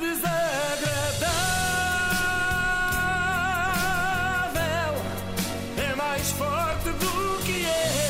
desagradável é mais forte do que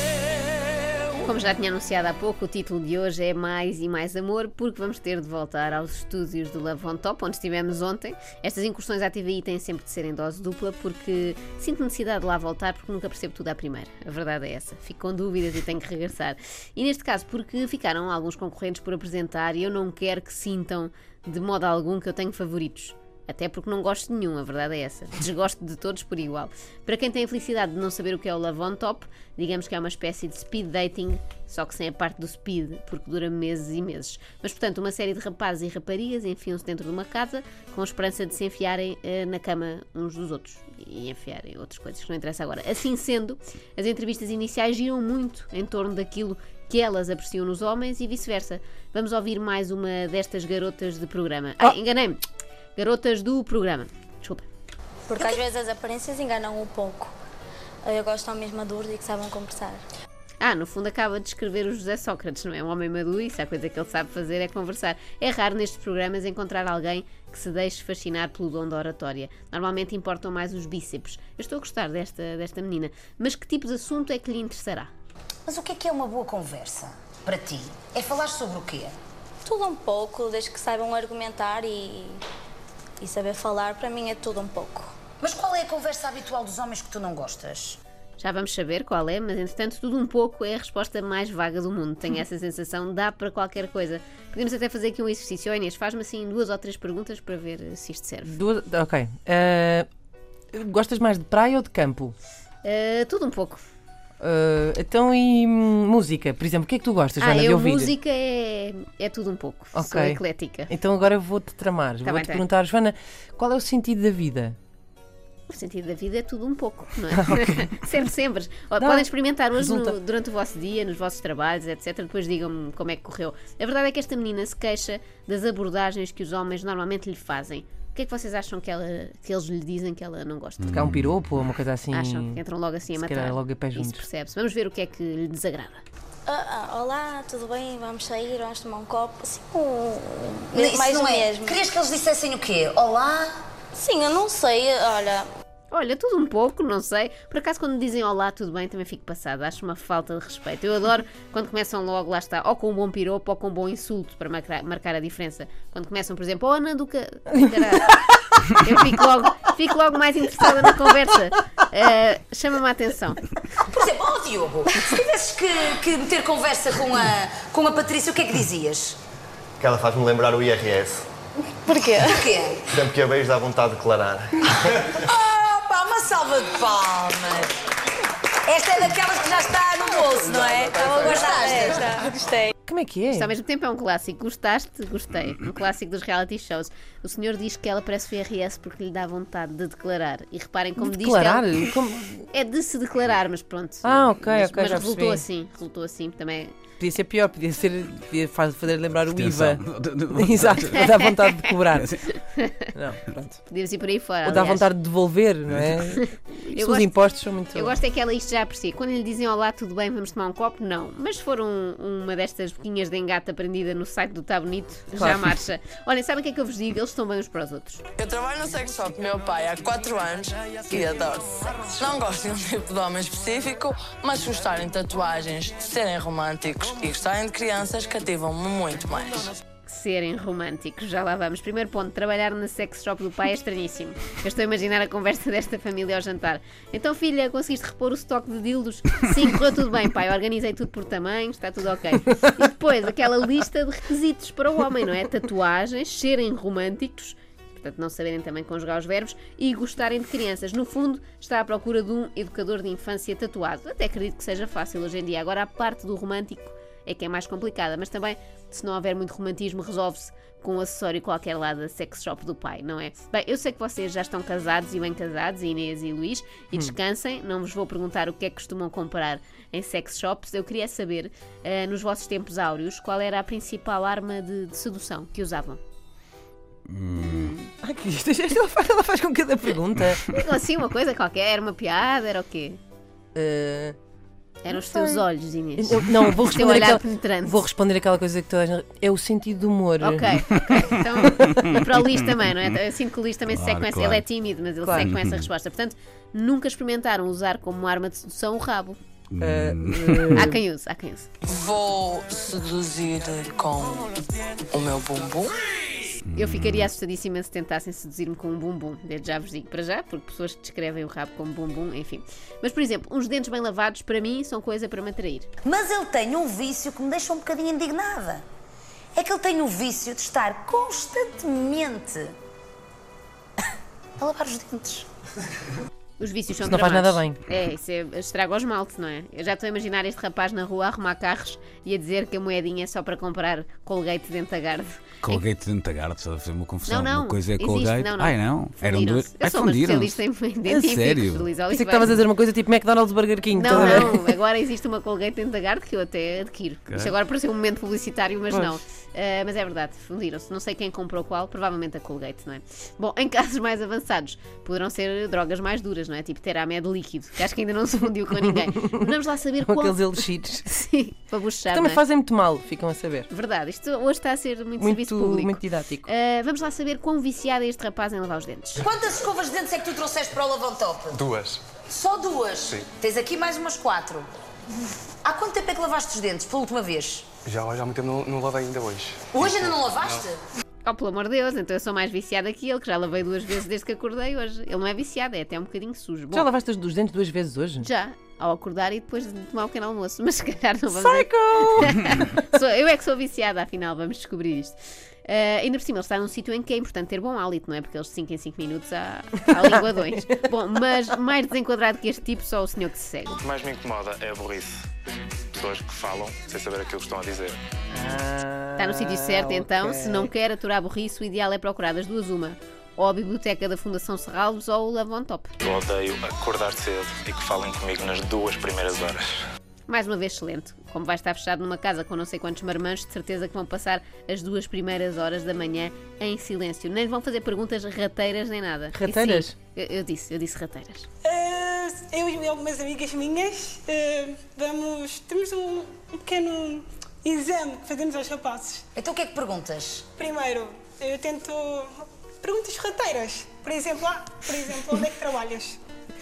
eu. Como já tinha anunciado há pouco, o título de hoje é Mais e Mais Amor, porque vamos ter de voltar aos estúdios do Love on Top, onde estivemos ontem. Estas incursões à TVI têm sempre de ser em dose dupla, porque sinto necessidade de lá voltar, porque nunca percebo tudo à primeira. A verdade é essa. Fico com dúvidas e tenho que regressar. E neste caso, porque ficaram alguns concorrentes por apresentar e eu não quero que sintam de modo algum que eu tenho favoritos. Até porque não gosto de nenhum, a verdade é essa. Desgosto de todos por igual. Para quem tem a felicidade de não saber o que é o Love on Top, digamos que é uma espécie de speed dating, só que sem a parte do speed, porque dura meses e meses. Mas, portanto, uma série de rapazes e raparigas enfiam-se dentro de uma casa com a esperança de se enfiarem na cama uns dos outros e enfiarem outras coisas que não interessa agora. Assim sendo, as entrevistas iniciais giram muito em torno daquilo que elas apreciam nos homens e vice-versa. Vamos ouvir mais uma destas garotas de programa. Enganei-me! Garotas do programa. Desculpa. Porque às vezes as aparências enganam um pouco. Eu gosto de homens maduros e que sabem conversar. No fundo acaba de descrever o José Sócrates, não é? Um homem maduro e se a coisa que ele sabe fazer é conversar. É raro nestes programas encontrar alguém que se deixe fascinar pelo dom da oratória. Normalmente importam mais os bíceps. Eu estou a gostar desta menina. Mas que tipo de assunto é que lhe interessará? Mas o que é uma boa conversa para ti? É falar sobre o quê? Tudo um pouco, desde que saibam argumentar e saber falar, para mim é tudo um pouco. Mas qual é a conversa habitual dos homens que tu não gostas? Já vamos saber qual é, mas entretanto tudo um pouco é a resposta mais vaga do mundo. Tenho essa sensação, dá para qualquer coisa. Podemos até fazer aqui um exercício. Oh, Inês, faz-me assim 2 ou 3 perguntas para ver se isto serve. Ok. Gostas mais de praia ou de campo? Tudo um pouco. Então e música? Por exemplo, o que é que tu gostas, Joana, de ouvir? Música é tudo um pouco. Okay. Sou eclética. Então agora vou-te tramar. Vou-te perguntar, Joana, qual é o sentido da vida? O sentido da vida é tudo um pouco, não é? Sempre. Podem experimentar hoje durante o vosso dia, nos vossos trabalhos, etc. Depois digam-me como é que correu. A verdade é que esta menina se queixa das abordagens que os homens normalmente lhe fazem. O que é que vocês acham que eles lhe dizem que ela não gosta? Porque há um piropo ou uma coisa assim? Acham que entram logo assim a matar? Logo a pé juntos. Isso percebe-se. Vamos ver o que é que lhe desagrada. Olá, tudo bem? Vamos sair, vamos tomar um copo? Assim, mais ou mesmo. Querias que eles dissessem o quê? Olá? Sim, eu não sei, Olha, tudo um pouco, não sei. Por acaso, quando me dizem olá, tudo bem, também fico passada. Acho uma falta de respeito. Eu adoro quando começam logo, lá está, ou com um bom piropo ou com um bom insulto para marcar a diferença. Quando começam, por exemplo, Ana do eu fico logo mais interessada na conversa. Chama-me a atenção. Por exemplo, Diogo, se tivesses que meter conversa com a Patrícia, o que é que dizias? Que ela faz-me lembrar o IRS. Porquê? Sempre que a beijo dá vontade de declarar. Uma salva de palmas. Esta é daquelas que já está no bolso, não é? Gostei. Como é que é? Isto ao mesmo tempo é um clássico. Gostaste? Gostei. Um clássico dos reality shows. O senhor diz que ela parece o IRS porque lhe dá vontade de declarar. E reparem como diz que ela... É de se declarar, mas pronto. Ok, mas já resultou percebi. Resultou assim também. Podia ser pior, podia fazer lembrar o IVA. Exato, dá vontade de cobrar. Não, pronto. Podíamos ir por aí fora. Ou dá vontade de devolver, não é? Os impostos são muito... Eu gosto é que ela isto já aprecia. Quando lhe dizem olá, tudo bem, vamos tomar um copo, não. Mas se for uma destas boquinhas de engate aprendida no site do Tá Bonito, já marcha. Olhem, sabem o que é que eu vos digo? Eles estão bem uns para os outros. Eu trabalho no sex shop meu pai há 4 anos e adoro-se. Não gosto de um tipo de homem específico, mas se gostarem de tatuagens, de serem românticos e gostarem de crianças, cativam-me muito mais. Serem românticos, já lá vamos. Primeiro ponto, trabalhar na sex shop do pai é estranhíssimo. Eu estou a imaginar a conversa desta família ao jantar. Então, filha, conseguiste repor o estoque de dildos? Sim, correu tudo bem, pai. Organizei tudo por tamanhos, está tudo ok. E depois, aquela lista de requisitos para o homem, não é? Tatuagens, serem românticos, portanto não saberem também conjugar os verbos, e gostarem de crianças. No fundo, está à procura de um educador de infância tatuado. Até acredito que seja fácil hoje em dia. Agora, a parte do romântico é que é mais complicada, mas também, se não houver muito romantismo, resolve-se com um acessório qualquer lá da sex shop do pai, não é? Bem, eu sei que vocês já estão casados e bem casados, Inês e Luís, e descansem, não vos vou perguntar o que é que costumam comprar em sex shops. Eu queria saber, nos vossos tempos áureos, qual era a principal arma de sedução que usavam? Ela faz com cada pergunta. Digam assim uma coisa qualquer, era uma piada, era o quê? Eram os teus olhos, Inês. Não, O teu olhar penetrante. vou responder aquela coisa que toda a gente... É o sentido do humor. Ok. Então, e para o Luís também, não é? Eu sinto que o Luís também se segue com essa. Ele é tímido, mas ele segue com essa resposta. Portanto, nunca experimentaram usar como arma de sedução o rabo. Há quem use. Vou seduzir com o meu bumbum. Eu ficaria assustadíssima se tentassem seduzir-me com um bumbum. Desde já vos digo para já, porque pessoas que descrevem o rabo como bumbum, enfim. Mas, por exemplo, uns dentes bem lavados, para mim, são coisa para me atrair. Mas ele tem um vício que me deixa um bocadinho indignada. É que ele tem o vício de estar constantemente a lavar os dentes. Os vícios são Isso não faz tramados. nada bem. É, isso estraga o esmalte, não é? Eu já estou a imaginar este rapaz na rua a arrumar carros e a dizer que a moedinha é só para comprar Colgate Dentagarde. Colgate Dentagarde, estás a fazer uma confusão. Não. Uma coisa é Existe, Colgate. não. Ai, não. Eram dois. Eu sou uma especialista em dentíficos. sério? Luís Pensei que Oliveira. estavas a dizer uma coisa tipo McDonald's Burger King. Não, agora existe uma Colgate Dentagarde que eu até adquiro. Isto agora pareceu um momento publicitário, mas não. Mas é verdade, fundiram-se. Não sei quem comprou qual, provavelmente a Colgate, não é? Bom, em casos mais avançados, poderão ser drogas mais duras, não é? Tipo Teramed líquido, que acho que ainda não se fundiu com ninguém. Vamos lá saber Com qual... aqueles elixidos. Sim, para buchar, Também não é? fazem muito mal, ficam a saber. Verdade, isto hoje está a ser muito serviço público. Muito didático. Vamos lá saber quão viciado é este rapaz em lavar os dentes. Quantas escovas de dentes é que tu trouxeste para o Lavon-Top? 2. Só 2? Sim. Tens aqui mais umas 4. Há quanto tempo é que lavaste os dentes pela última vez? Já há muito tempo não lavei ainda hoje. Hoje ainda não lavaste? Oh, pelo amor de Deus, então eu sou mais viciada que ele, que já lavei 2 vezes desde que acordei hoje. Ele não é viciado, é até um bocadinho sujo. Bom, Já lavaste os dentes 2 vezes hoje? já, ao acordar e depois de tomar um pequeno almoço. Mas se calhar não vamos... Psycho! Eu é que sou viciada, afinal, vamos descobrir isto. Ainda por cima, ele está num sítio em que é importante ter bom hálito, não é? Porque eles de 5 em 5 minutos há linguadões. Bom, mas mais desenquadrado que este tipo, só o senhor que se segue. O que mais me incomoda é a burrice. Pessoas que falam sem saber aquilo que estão a dizer. Está no sítio certo, então. ok. Se não quer aturar a burrice, o ideal é procurar das duas uma. Ou a biblioteca da Fundação Serralves ou o Lavon-Top. Eu odeio acordar cedo e que falem comigo nas 2 primeiras horas. Mais uma vez, excelente. Como vai estar fechado numa casa com não sei quantos marmanjos, de certeza que vão passar as 2 primeiras horas da manhã em silêncio. Nem lhe vão fazer perguntas rateiras nem nada. Rateiras? Sim, eu disse rateiras. Eu e algumas amigas minhas temos um pequeno exame que fazemos aos rapazes. Então o que é que perguntas? Primeiro, eu tento perguntas rateiras. Por exemplo, onde é que trabalhas?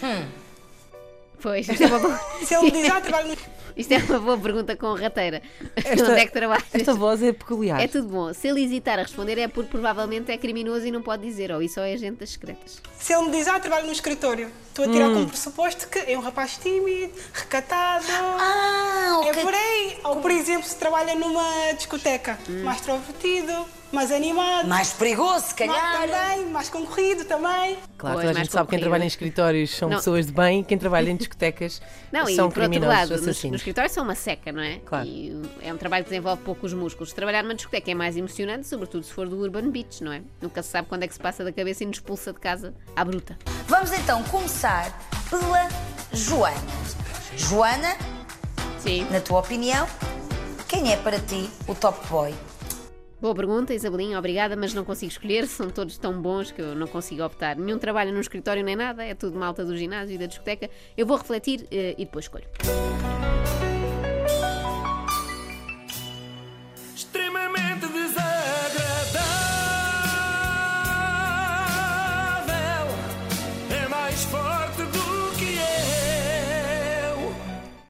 Pois, isto é uma boa... Se ele me diz, trabalho no... Isto é uma boa pergunta com rateira. Onde é que trabalhas? Esta voz é peculiar. É tudo bom. Se ele hesitar a responder é porque provavelmente é criminoso e não pode dizer, ou isso ou é agente das secretas. Se ele me diz, trabalho no escritório, estou a tirar como pressuposto que é um rapaz tímido, recatado. Ok. É por aí. Ou, por exemplo, se trabalha numa discoteca, mais extrovertido, mais animado. Mais perigoso, se calhar. Também, mais concorrido também. Claro, Pois, toda a mais gente sabe que quem concorrido. trabalha em escritórios são Não. pessoas de bem, quem trabalha em discotecas Não, e são por outro criminosos, lado, no assassinos. escritório são uma seca, não é? Claro. E é um trabalho que desenvolve pouco os músculos. Trabalhar numa discoteca é mais emocionante, sobretudo se for do Urban Beach, não é? Nunca se sabe quando é que se passa da cabeça e nos expulsa de casa à bruta. Vamos então começar pela Joana. Joana, Sim. na tua opinião, quem é para ti o top boy? Boa pergunta, Isabelinha, obrigada, mas não consigo escolher, são todos tão bons que eu não consigo optar. Nenhum trabalha no escritório nem nada, é tudo malta do ginásio e da discoteca. Eu vou refletir e depois escolho.